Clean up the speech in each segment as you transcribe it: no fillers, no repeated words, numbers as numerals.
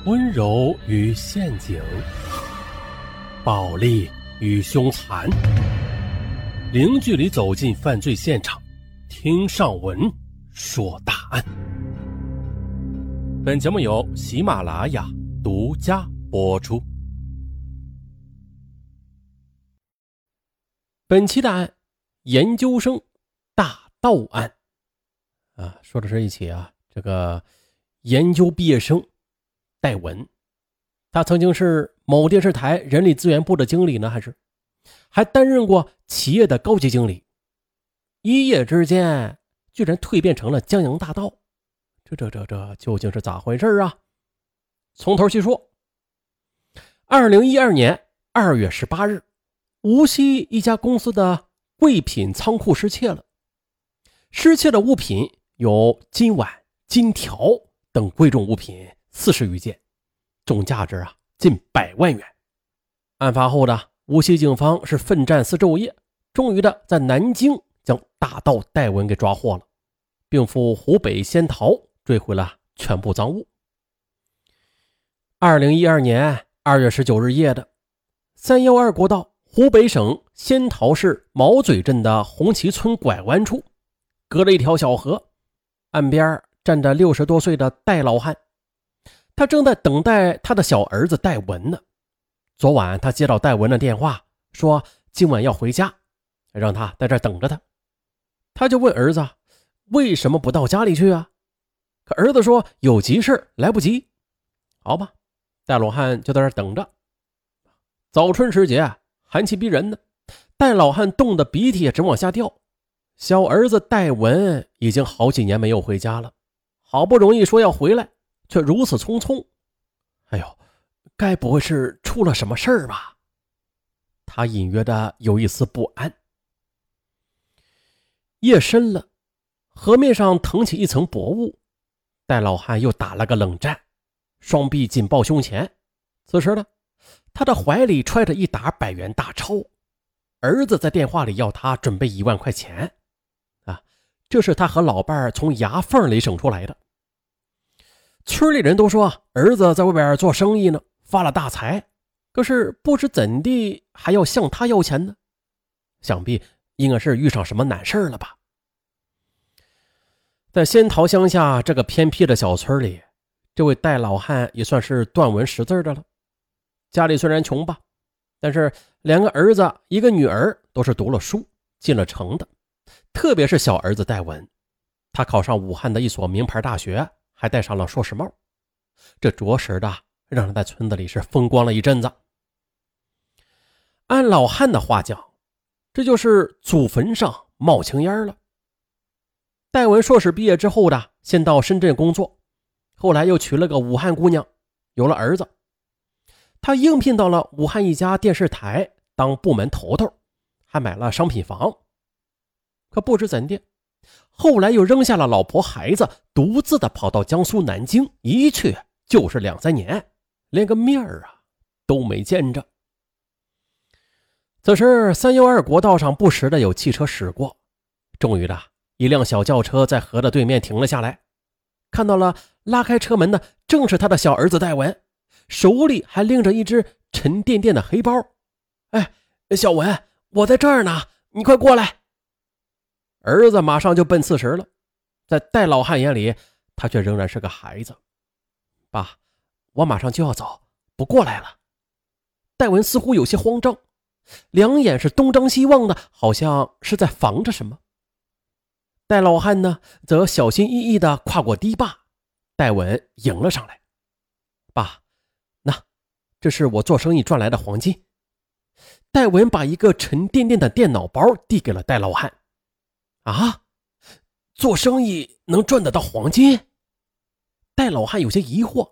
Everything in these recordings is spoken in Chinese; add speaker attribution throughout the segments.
Speaker 1: 温柔与陷阱，暴力与凶残，零距离走进犯罪现场，听上文说大案。本节目由喜马拉雅独家播出。本期的案，研究生大盗案说的是一起这个研究毕业生戴文，他曾经是某电视台人力资源部的经理呢，还担任过企业的高级经理，一夜之间居然蜕变成了江洋大盗，这究竟是咋回事啊？从头细说。2012年2月18日，无锡一家公司的贵品仓库失窃了，失窃的物品有金碗、金条等贵重物品40余件，总价值近100万元。案发后的无锡警方是奋战4昼夜，终于在南京将大盗戴文给抓获了，并赴湖北仙桃追回了全部赃物。2012年2月19日夜的312国道湖北省仙桃市毛嘴镇的红旗村拐弯处，隔了一条小河，岸边站着60多岁的戴老汉，他正在等待他的小儿子戴文呢。昨晚他接到戴文的电话，说今晚要回家，让他在这儿等着他。他就问儿子为什么不到家里去啊？可儿子说有急事来不及。好吧，戴老汉就在这儿等着。早春时节，寒气逼人呢，戴老汉冻得鼻涕也直往下掉。小儿子戴文已经好几年没有回家了，好不容易说要回来，却如此匆匆。哎呦，该不会是出了什么事儿吧？他隐约的有一丝不安。夜深了，河面上腾起一层薄雾，戴老汉又打了个冷战，双臂紧抱胸前。此时呢，他的怀里揣着一沓100元大钞，儿子在电话里要他准备1万块钱这是他和老伴儿从牙缝里省出来的。村里人都说儿子在外边做生意呢，发了大财，可是不知怎地还要向他要钱呢？想必应该是遇上什么难事了吧。在仙桃乡下这个偏僻的小村里，这位戴老汉也算是断文识字的了。家里虽然穷吧，但是2个儿子1个女儿都是读了书进了城的，特别是小儿子戴文，他考上武汉的一所名牌大学，还戴上了硕士帽，这着实的让人在村子里是风光了一阵子。按老汉的话讲，这就是祖坟上冒青烟了。戴文硕士毕业之后先到深圳工作，后来又娶了个武汉姑娘，有了儿子。他应聘到了武汉一家电视台当部门头头，还买了商品房。可不知怎的，后来又扔下了老婆孩子，独自的跑到江苏南京，一去就是2、3年，连个面都没见着。此时312国道上不时的有汽车驶过，终于一辆小轿车在河的对面停了下来，看到了拉开车门的正是他的小儿子戴文，手里还拎着一只沉甸甸的黑包。哎，小文，我在这儿呢，你快过来。儿子马上就奔40了，在戴老汉眼里，他却仍然是个孩子。爸，我马上就要走，不过来了。戴文似乎有些慌张，两眼是东张西望的，好像是在防着什么。戴老汉呢，则小心翼翼地跨过堤坝，戴文迎了上来。爸，那这是我做生意赚来的黄金。戴文把一个沉甸甸的电脑包递给了戴老汉。做生意能赚得到黄金？戴老汉有些疑惑。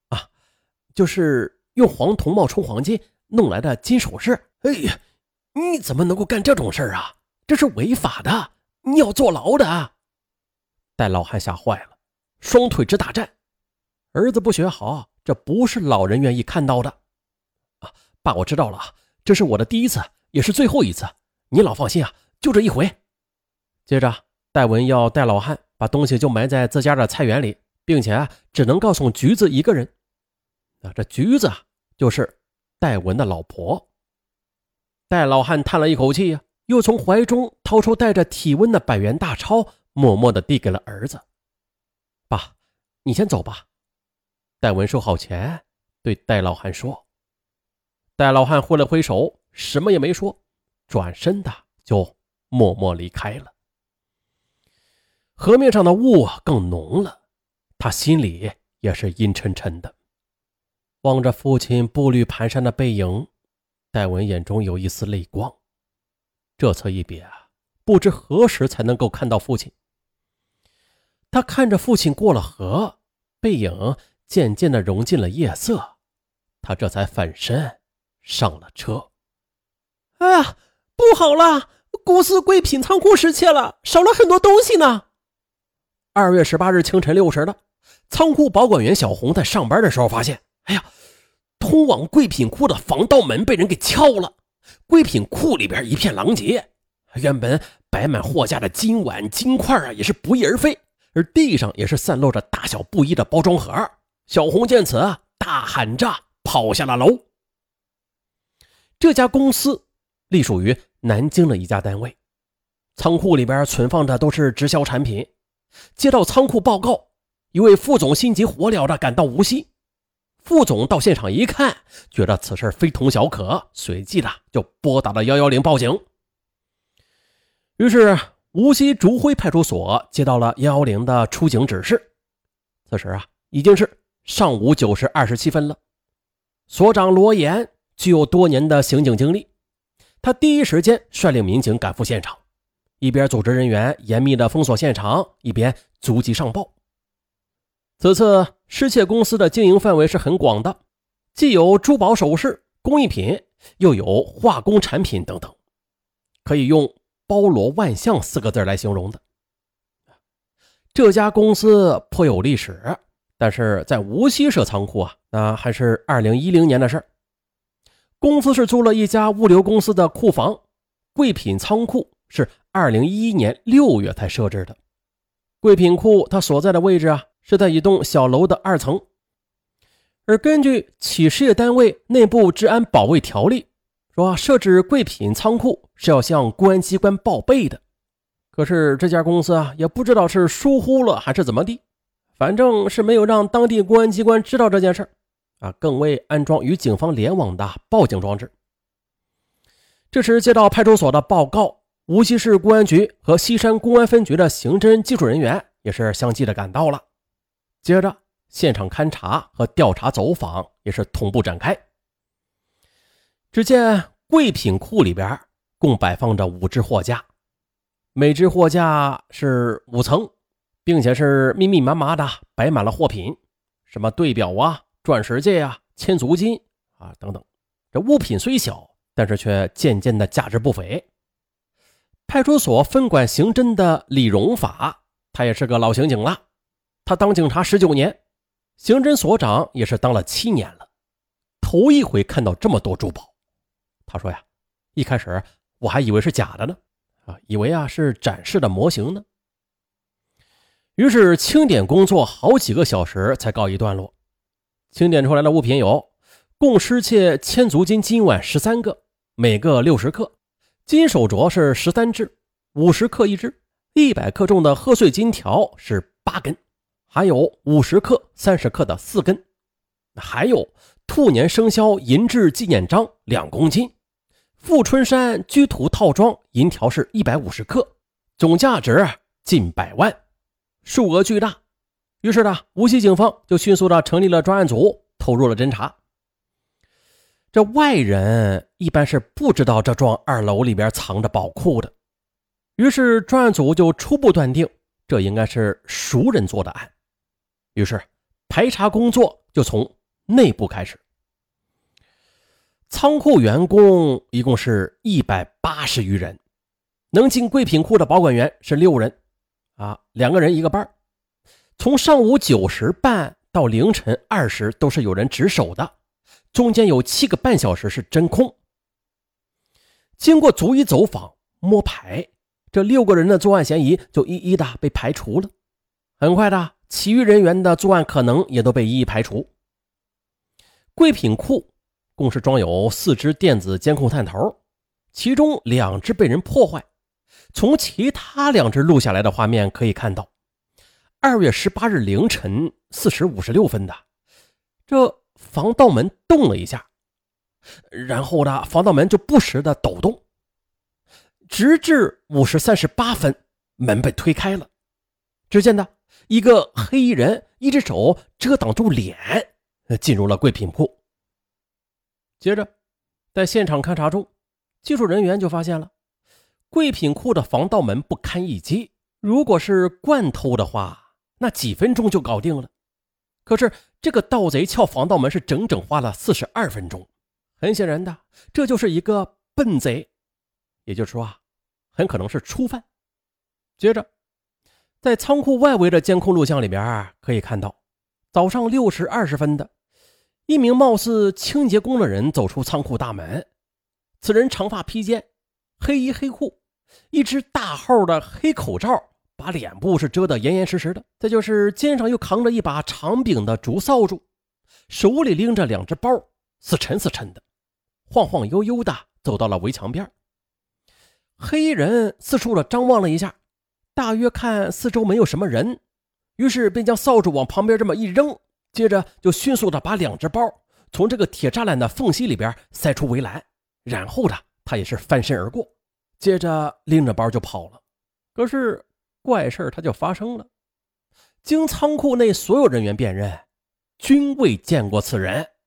Speaker 1: 就是用黄铜冒充黄金弄来的金首饰。哎呀，你怎么能够干这种事啊？这是违法的，你要坐牢的。戴老汉吓坏了，双腿直打颤。儿子不学好，这不是老人愿意看到的。爸，我知道了，这是我的第一次，也是最后一次，你老放心就这一回。接着戴文要戴老汉把东西就埋在自家的菜园里，并且只能告诉橘子一个人。 这橘子就是戴文的老婆。戴老汉叹了一口气又从怀中掏出带着体温的100元大钞，默默地递给了儿子。爸，你先走吧。戴文收好钱，对戴老汉说。戴老汉挥了挥手，什么也没说，转身的就默默离开了。河面上的雾更浓了，他心里也是阴沉沉的。望着父亲步履蹒跚的背影，戴文眼中有一丝泪光。这次一别不知何时才能够看到父亲。他看着父亲过了河，背影渐渐地融进了夜色，他这才返身上了车。
Speaker 2: 哎呀，不好了，公司贵品仓库失窃了，少了很多东西呢。
Speaker 1: 2月18日清晨6时了，仓库保管员小红在上班的时候发现，哎呀，通往贵品库的防盗门被人给撬了，贵品库里边一片狼藉，原本摆满货架的金碗金块也是不翼而飞，而地上也是散落着大小不一的包装盒。小红见此大喊着跑下了楼。这家公司隶属于南京的一家单位，仓库里边存放的都是直销产品。接到仓库报告，一位副总心急火燎地赶到无锡。副总到现场一看，觉得此事非同小可，随即的就拨打了110报警。于是无锡竹辉派出所接到了110的出警指示。此时已经是上午9时27分了。所长罗岩具有多年的刑警经历，他第一时间率领民警赶赴现场，一边组织人员严密的封锁现场，一边逐级上报。此次失窃公司的经营范围是很广的，既有珠宝首饰、工艺品，又有化工产品等等，可以用包罗万象4个字来形容的。这家公司颇有历史，但是在无锡设仓库那还是2010年的事儿。公司是租了一家物流公司的库房，贵品仓库是2011年6月才设置的。贵品库它所在的位置是在一栋小楼的2层，而根据企事业单位内部治安保卫条例说，设置贵品仓库是要向公安机关报备的。可是这家公司也不知道是疏忽了还是怎么地，反正是没有让当地公安机关知道这件事更未安装与警方联网的报警装置。这时接到派出所的报告，无锡市公安局和西山公安分局的刑侦技术人员也是相继的赶到了。接着现场勘查和调查走访也是同步展开。只见贵品库里边共摆放着5只货架，每只货架是5层，并且是密密麻麻的摆满了货品，什么对表钻石戒千足金等等。这物品虽小，但是却渐渐的价值不菲。派出所分管刑侦的李荣法，他也是个老刑警了，他当警察19年，刑侦所长也是当了7年了，头一回看到这么多珠宝。他说一开始我还以为是假的呢，以为是展示的模型呢。于是清点工作好几个小时才告一段落。清点出来的物品有共失窃千足金金碗13个，每个60克，金手镯是13只，50克1只，100克重的贺岁金条是8根，还有50克30克的4根，还有兔年生肖银质纪念章2公斤，富春山居图套装银条是150克，总价值近100万，数额巨大。于是无锡警方就迅速的成立了专案组，投入了侦查。这外人一般是不知道这幢2楼里边藏着宝库的，于是专案组就初步断定这应该是熟人做的案。于是排查工作就从内部开始。仓库员工一共是180余人，能进贵品库的保管员是6人2个人一个班。从上午9时半到凌晨2时都是有人值守的，中间有7个半小时是真空。经过逐一走访摸排，这6个人的作案嫌疑就一一的被排除了。很快的，其余人员的作案可能也都被一一排除。 贵品库共是装有4只电子监控探头，其中2只被人破坏。从其他2只录下来的画面可以看到，2月18日凌晨4时56分的，这防盗门动了一下，然后呢，防盗门就不时的抖动，直至5时38分，门被推开了。只见的一个黑衣人一只手遮挡住脸，进入了贵品库。接着在现场勘查中，技术人员就发现了贵品库的防盗门不堪一击，如果是惯偷的话，那几分钟就搞定了。可是这个盗贼撬防盗门是整整花了42分钟，很显然的，这就是一个笨贼，也就是说很可能是初犯。接着在仓库外围的监控录像里边可以看到，早上6时20分的，一名貌似清洁工的人走出仓库大门。此人长发披肩，黑衣黑裤，一只大号的黑口罩把脸部是遮得严严实实的，再就是肩上又扛着一把长柄的竹扫帚，手里拎着2只包，死沉死沉的，晃晃悠悠的走到了围墙边。黑衣人四处的张望了一下，大约看四周没有什么人，于是便将扫帚往旁边这么一扔，接着就迅速的把2只包从这个铁栅栏的缝隙里边塞出围栏，然后呢，他也是翻身而过，接着拎着包就跑了。可是怪事他就发生了，经仓库内所有人员辨认，均未见过此人。